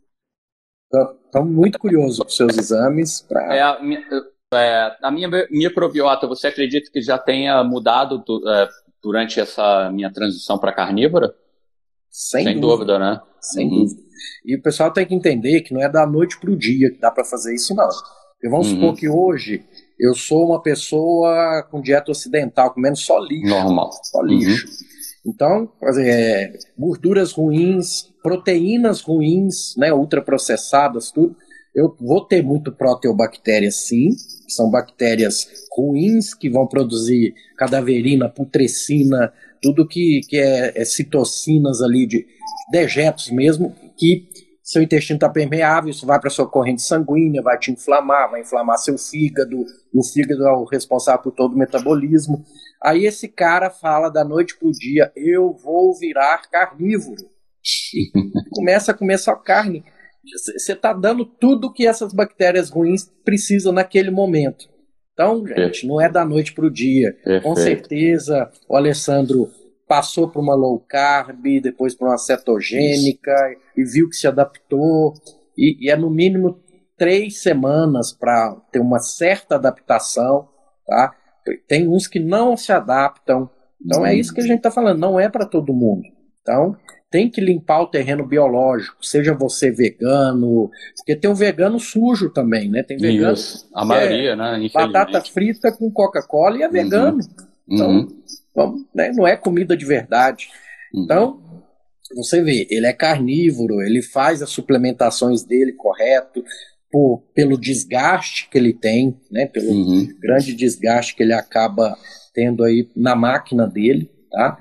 Estamos muito curiosos com seus exames. Pra... É, a minha, é, a minha microbiota, você acredita que já tenha mudado tu, é, durante essa minha transição para carnívora? Sem, Sem dúvida. dúvida, né? Sem uhum. dúvida. E o pessoal tem que entender que não é da noite para o dia que dá para fazer isso, não. Porque vamos uhum. supor que hoje eu sou uma pessoa com dieta ocidental, comendo só lixo. Normal. Só lixo. Uhum. Então, é, gorduras ruins, proteínas ruins, né, ultraprocessadas, tudo. Eu vou ter muito proteobactérias, sim, que são bactérias ruins que vão produzir cadaverina, putrescina, tudo que, que é, é citocinas ali, de dejetos mesmo, que seu intestino está permeável, isso vai para sua corrente sanguínea, vai te inflamar, vai inflamar seu fígado, o fígado é o responsável por todo o metabolismo. Aí esse cara fala da noite para o dia, eu vou virar carnívoro. E começa a comer só carne. Você está dando tudo que essas bactérias ruins precisam naquele momento. Então, gente, não é da noite para o dia. Perfeito. Com certeza, o Alessandro passou por uma low carb, depois por uma cetogênica, isso. E viu que se adaptou. E, e é no mínimo três semanas para ter uma certa adaptação, tá? Tem uns que não se adaptam. Então, hum. é isso que a gente está falando. Não é para todo mundo. Então, tem que limpar o terreno biológico, seja você vegano, porque tem um vegano sujo também, né? Tem vegano. Isso. A maioria, é né? Batata frita com Coca-Cola e é vegano. Uhum. Então, uhum. Vamos, né? Não é comida de verdade. Uhum. Então, você vê, ele é carnívoro, ele faz as suplementações dele correto, por, pelo desgaste que ele tem, né? Pelo uhum. grande desgaste que ele acaba tendo aí na máquina dele, tá?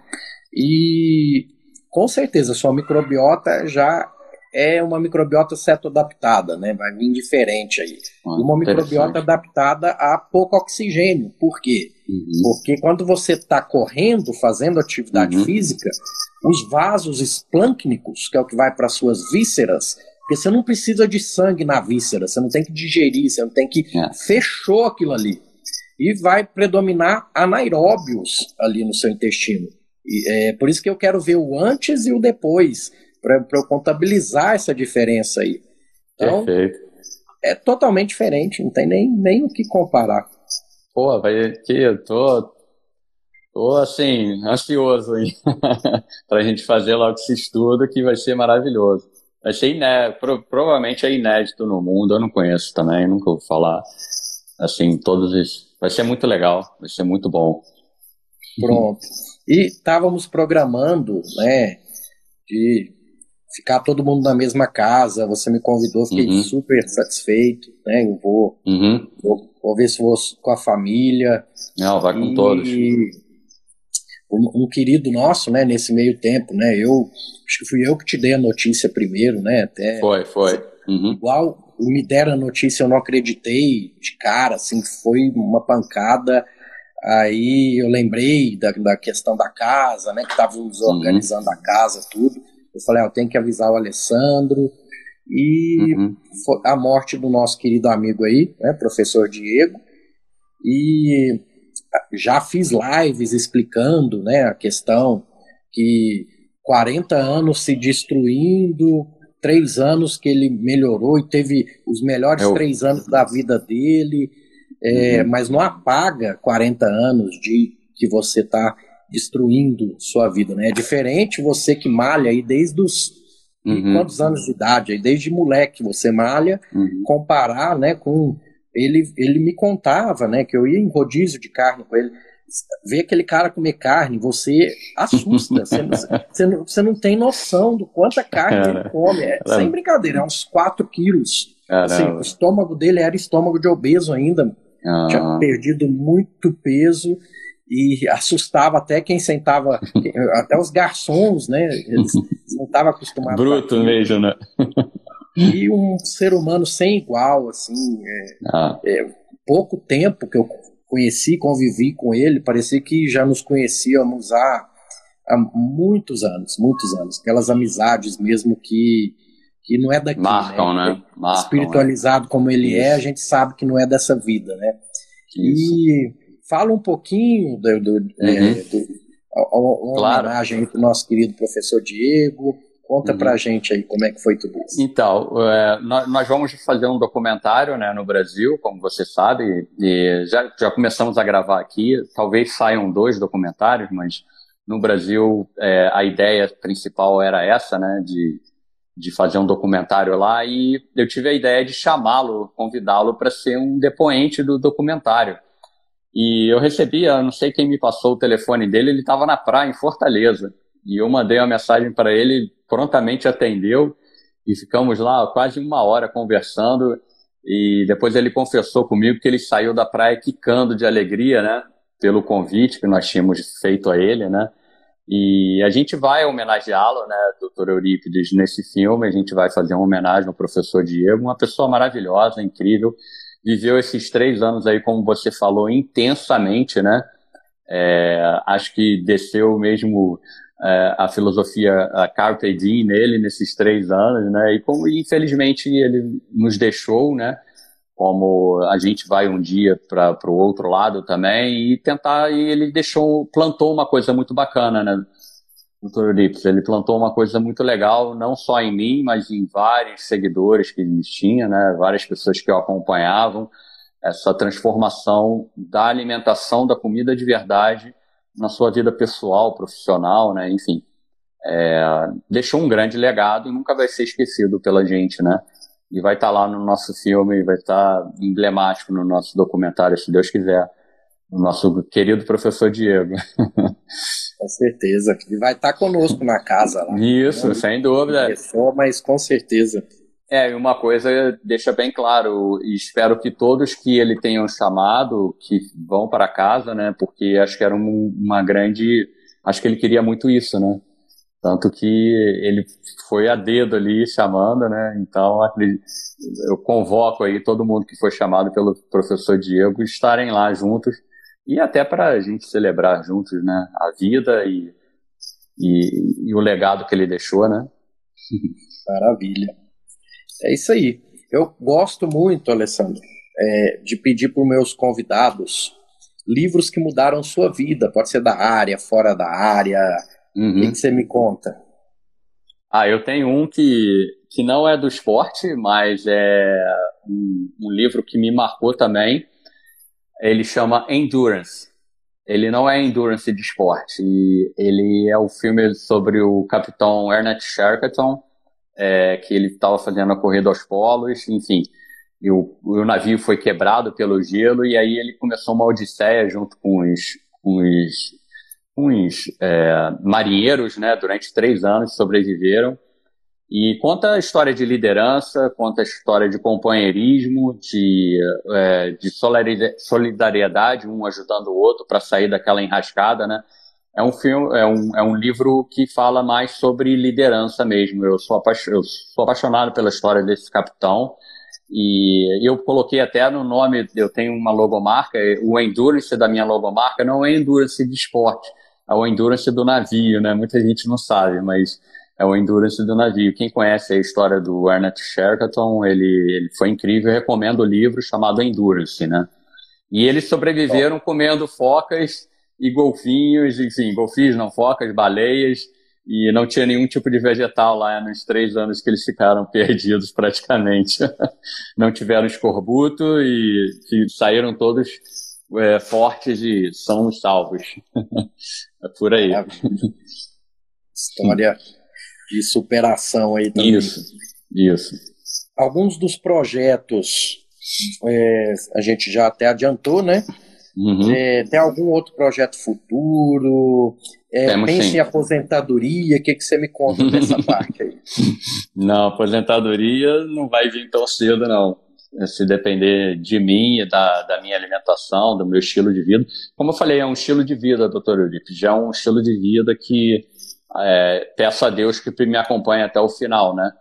E com certeza sua microbiota já é uma microbiota cetoadaptada, né? Vai vir diferente aí. Ah, uma microbiota adaptada a pouco oxigênio. Por quê? Uhum. Porque quando você está correndo, fazendo atividade uhum. física, os vasos esplâncnicos, que é o que vai para as suas vísceras, porque você não precisa de sangue na víscera, você não tem que digerir, você não tem que... É. Fechou aquilo ali. E vai predominar anaeróbios ali no seu intestino. E é por isso que eu quero ver o antes e o depois, para eu contabilizar essa diferença aí. Então, perfeito. É totalmente diferente, não tem nem, nem o que comparar. Pô, vai aqui, eu tô, tô assim, ansioso hein? Para a gente fazer logo esse estudo que vai ser maravilhoso. Vai ser inédito, pro, provavelmente é inédito no mundo, eu não conheço também, nunca vou falar. Assim, todos os... Vai ser muito legal, vai ser muito bom. Pronto. E estávamos programando, né, de ficar todo mundo na mesma casa, você me convidou, fiquei uhum. super satisfeito, né, eu vou, uhum. vou, vou ver se vou com a família. Não, vai com e todos. Um, um querido nosso, né, nesse meio tempo, né, eu, acho que fui eu que te dei a notícia primeiro, né, até... Foi, foi. Uhum. Igual me deram a notícia, eu não acreditei de cara, assim, foi uma pancada. Aí eu lembrei da, da questão da casa, né, que estávamos organizando uhum. a casa, tudo. Eu falei, ah, eu tenho que avisar o Alessandro. E uhum. foi a morte do nosso querido amigo aí, né, professor Diego. E já fiz lives explicando, né, a questão que quarenta anos se destruindo, três anos que ele melhorou e teve os melhores eu... três anos da vida dele. É, uhum. Mas não apaga quarenta anos de que você está destruindo sua vida, né? É diferente você que malha aí desde os uhum. quantos anos de idade, aí desde moleque você malha, uhum. comparar, né, com ele, ele me contava, né, que eu ia em rodízio de carne com ele, ver aquele cara comer carne, você assusta, você, você, não, você não tem noção do quanta carne Cara. ele come, é, sem brincadeira, é uns quatro quilos. Assim, o estômago dele era estômago de obeso ainda. Ah. Tinha perdido muito peso e assustava até quem sentava, até os garçons, né? Eles não estavam acostumados. Bruto mesmo, né? E um ser humano sem igual, assim. É, ah. é, pouco tempo que eu conheci, convivi com ele, parecia que já nos conhecíamos há, há muitos anos, muitos anos. Aquelas amizades mesmo que. que não é daqui, Marcam, né? né? Marcam, espiritualizado, né? Como ele Isso. é, a gente sabe que não é dessa vida, né? Isso. E fala um pouquinho do, do, uhum. é, do Uma Claro. homenagem aí para o nosso querido professor Diego. Conta uhum. pra gente aí como é que foi tudo isso. Então, é, nós, nós vamos fazer um documentário, né, no Brasil, como você sabe, e já, já começamos a gravar aqui. Talvez saiam dois documentários, mas no Brasil é, a ideia principal era essa, né, de, de fazer um documentário lá, e eu tive a ideia de chamá-lo, convidá-lo para ser um depoente do documentário. E eu recebi, eu não sei quem me passou o telefone dele, ele estava na praia, em Fortaleza. E eu mandei uma mensagem para ele, prontamente atendeu, e ficamos lá quase uma hora conversando. E depois ele confessou comigo que ele saiu da praia quicando de alegria, né, pelo convite que nós tínhamos feito a ele, né. E a gente vai homenageá-lo, né, doutor Eurípides, nesse filme. A gente vai fazer uma homenagem ao professor Diego, uma pessoa maravilhosa, incrível. Viveu esses três anos aí, como você falou, intensamente, né? É, acho que desceu mesmo é, a filosofia a Carpe Diem nele nesses três anos, né? E como infelizmente ele nos deixou, né? Como a gente vai um dia para o outro lado também e tentar, e ele deixou, plantou uma coisa muito bacana, né? doutor Eurípides, ele plantou uma coisa muito legal, não só em mim, mas em vários seguidores que ele tinha, né? Várias pessoas que o acompanhavam, essa transformação da alimentação, da comida de verdade na sua vida pessoal, profissional, né? Enfim, é, deixou um grande legado e nunca vai ser esquecido pela gente, né? E vai estar lá no nosso filme, vai estar emblemático no nosso documentário, se Deus quiser, o nosso querido professor Diego. Com certeza. E vai estar conosco na casa lá. Isso, não, sem dúvida. Pessoa, mas com certeza. É, e uma coisa deixa bem claro, e espero que todos que ele tenham chamado, que vão para casa, né, porque acho que era um, uma grande, acho que ele queria muito isso, né, tanto que ele foi a dedo ali chamando, né, então eu convoco aí todo mundo que foi chamado pelo professor Diego estarem lá juntos, e até para a gente celebrar juntos, né, a vida e, e, e o legado que ele deixou, né. Maravilha. É isso aí. Eu gosto muito, Alessandro, é, de pedir para os meus convidados livros que mudaram sua vida. Pode ser da área, fora da área. Uhum. O que, que você me conta? Ah, eu tenho um que, que não é do esporte, mas é um, um livro que me marcou também. Ele chama Endurance. Ele não é Endurance de esporte. Ele é o filme sobre o capitão Ernest Shackleton, É, que ele estava fazendo a corrida aos polos, enfim, e o, o navio foi quebrado pelo gelo, e aí ele começou uma odisseia junto com os, com os, com os é, marinheiros, né, durante três anos sobreviveram, e conta a história de liderança, conta a história de companheirismo, de, é, de solidariedade, um ajudando o outro para sair daquela enrascada, né. É um filme, é um, é um livro que fala mais sobre liderança mesmo. Eu sou, apaixon, eu sou apaixonado pela história desse capitão e eu coloquei até no nome, eu tenho uma logomarca, o Endurance da minha logomarca não é Endurance de esporte, é o Endurance do navio, né? Muita gente não sabe, mas é o Endurance do navio. Quem conhece a história do Ernest Shackleton, ele, ele foi incrível, eu recomendo o livro chamado Endurance, né? E eles sobreviveram comendo focas e golfinhos, enfim, golfinhos, não focas, baleias, e não tinha nenhum tipo de vegetal lá nos três anos que eles ficaram perdidos praticamente. Não tiveram escorbuto e, e saíram todos é, fortes e são salvos. É por aí. É. História de superação aí também. Isso, isso. Alguns dos projetos é, a gente já até adiantou, né? Uhum. É, tem algum outro projeto futuro? É, pense sim. Em aposentadoria? O que, que você me conta dessa parte aí? Não, aposentadoria não vai vir tão cedo, não. Se depender de mim, da, da minha alimentação, do meu estilo de vida. Como eu falei, é um estilo de vida, doutor Eurípides. Já é um estilo de vida que é, peço a Deus que me acompanhe até o final, né?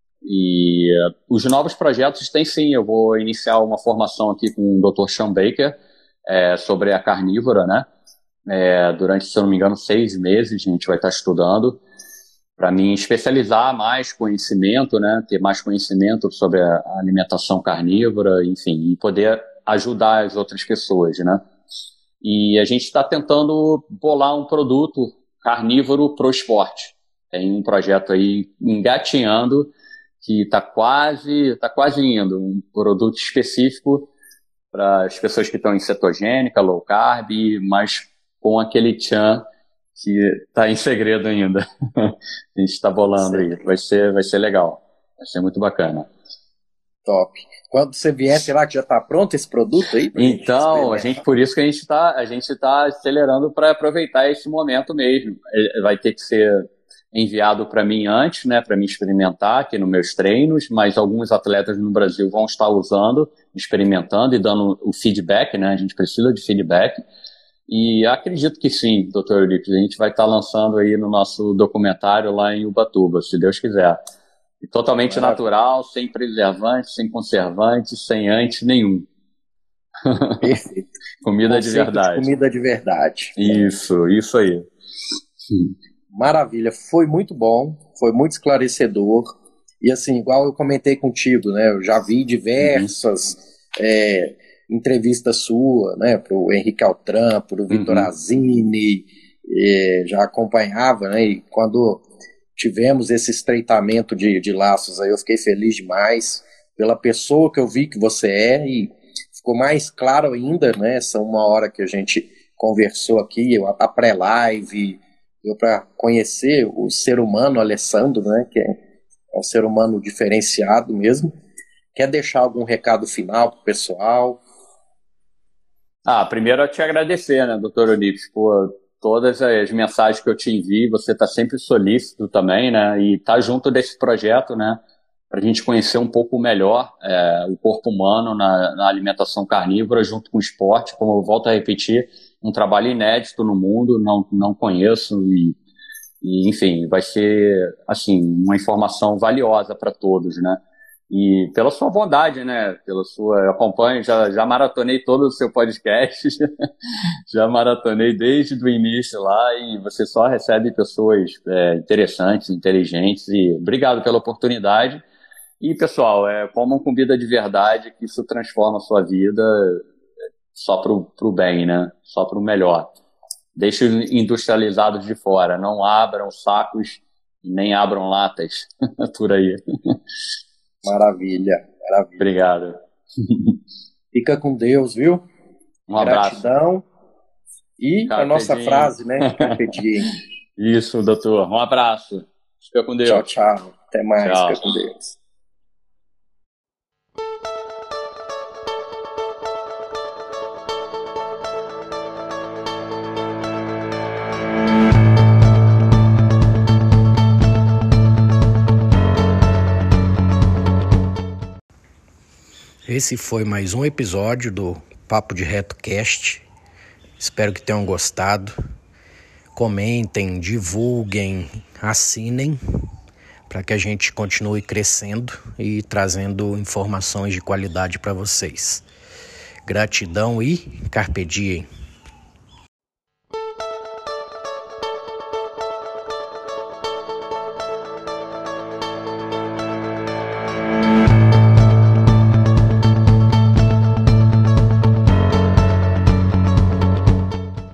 E uh, os novos projetos tem sim. Eu vou iniciar uma formação aqui com o doutor Sean Baker, É, sobre a carnívora, né? É, durante, se eu não me engano, seis meses a gente vai estar estudando para mim especializar mais conhecimento, né? Ter mais conhecimento sobre a alimentação carnívora, enfim, e poder ajudar as outras pessoas, né? e a gente está tentando bolar um produto carnívoro para o esporte. Tem um projeto aí engatinhando que está quase, tá quase indo, um produto específico para as pessoas que estão em cetogênica, low carb, mas com aquele tchan que está em segredo ainda. A gente está bolando aí. Vai ser, vai ser legal. Vai ser muito bacana. Top. Quando você vier, será que já está pronto esse produto aí? Então, a gente, por isso que a gente está a gente tá acelerando para aproveitar esse momento mesmo. Vai ter que ser enviado para mim antes, né, para me experimentar aqui nos meus treinos, mas alguns atletas no Brasil vão estar usando, experimentando e dando o feedback, né? A gente precisa de feedback. E acredito que sim, doutor Euripides, a gente vai estar lançando aí no nosso documentário lá em Ubatuba, se Deus quiser. E totalmente Maravilha. Natural, sem preservantes, sem conservantes, sem antes nenhum. Perfeito. Comida Conceito de verdade. De comida de verdade. Isso, isso aí. Maravilha, foi muito bom, foi muito esclarecedor. E assim, igual eu comentei contigo, né? Eu já vi diversas... Uhum. É, entrevista sua, né, para o Henrique Altran, para o Vitor uhum. Azini, e já acompanhava, né, e quando tivemos esse estreitamento de, de laços aí, eu fiquei feliz demais pela pessoa que eu vi que você é, e ficou mais claro ainda, né, essa uma hora que a gente conversou aqui, a pré-live, eu para conhecer o ser humano Alessandro, né, que é, é um ser humano diferenciado mesmo. Quer deixar algum recado final para o pessoal? Ah, primeiro eu te agradecer, né, doutor Euripides, por todas as mensagens que eu te envio, você está sempre solícito também, né, e tá junto desse projeto, né, para a gente conhecer um pouco melhor é, o corpo humano na, na alimentação carnívora junto com o esporte, como eu volto a repetir, um trabalho inédito no mundo, não, não conheço e, e, enfim, vai ser, assim, uma informação valiosa para todos, né. E pela sua bondade, né, pela sua, eu acompanho, já, já maratonei todo o seu podcast, já maratonei desde o início lá, e você só recebe pessoas é, interessantes, inteligentes, e obrigado pela oportunidade. E pessoal, é, comam comida de verdade, que isso transforma a sua vida só pro, pro bem, né, só pro melhor. Deixe os industrializados de fora, não abram sacos, nem abram latas por aí. Maravilha, maravilha. Obrigado. Fica com Deus, viu? Um abraço. Gratidão. E Carpe a nossa diem. Frase, né? Carpe diem. Isso, doutor. Um abraço. Fica com Deus. Tchau, tchau. Até mais. Tchau. Fica com Deus. Esse foi mais um episódio do Papo de Reto Cast. Espero que tenham gostado. Comentem, divulguem, assinem, para que a gente continue crescendo e trazendo informações de qualidade para vocês. Gratidão e Carpe Diem.